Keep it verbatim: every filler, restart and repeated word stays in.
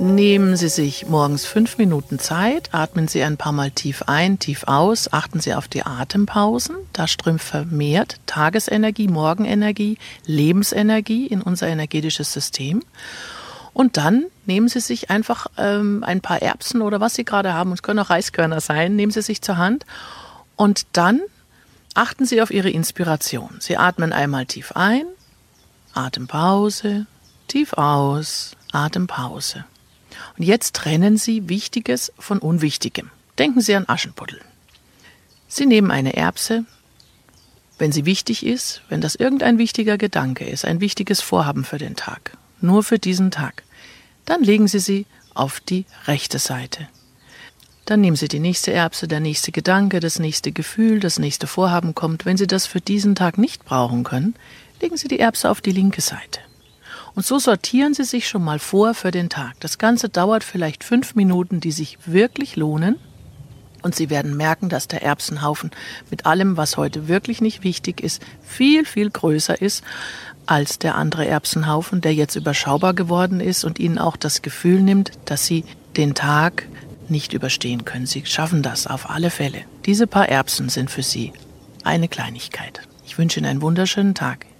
Nehmen Sie sich morgens fünf Minuten Zeit, atmen Sie ein paar Mal tief ein, tief aus, achten Sie auf die Atempausen. Da strömt vermehrt Tagesenergie, Morgenenergie, Lebensenergie in unser energetisches System. Und dann nehmen Sie sich einfach ähm, ein paar Erbsen oder was Sie gerade haben, es können auch Reiskörner sein, nehmen Sie sich zur Hand und dann achten Sie auf Ihre Inspiration. Sie atmen einmal tief ein, Atempause, tief aus, Atempause. Und jetzt trennen Sie Wichtiges von Unwichtigem. Denken Sie an Aschenputtel. Sie nehmen eine Erbse, wenn sie wichtig ist, wenn das irgendein wichtiger Gedanke ist, ein wichtiges Vorhaben für den Tag, nur für diesen Tag, dann legen Sie sie auf die rechte Seite. Dann nehmen Sie die nächste Erbse, der nächste Gedanke, das nächste Gefühl, das nächste Vorhaben kommt. Wenn Sie das für diesen Tag nicht brauchen können, legen Sie die Erbse auf die linke Seite. Und so sortieren Sie sich schon mal vor für den Tag. Das Ganze dauert vielleicht fünf Minuten, die sich wirklich lohnen. Und Sie werden merken, dass der Erbsenhaufen mit allem, was heute wirklich nicht wichtig ist, viel, viel größer ist als der andere Erbsenhaufen, der jetzt überschaubar geworden ist und Ihnen auch das Gefühl nimmt, dass Sie den Tag nicht überstehen können. Sie schaffen das auf alle Fälle. Diese paar Erbsen sind für Sie eine Kleinigkeit. Ich wünsche Ihnen einen wunderschönen Tag.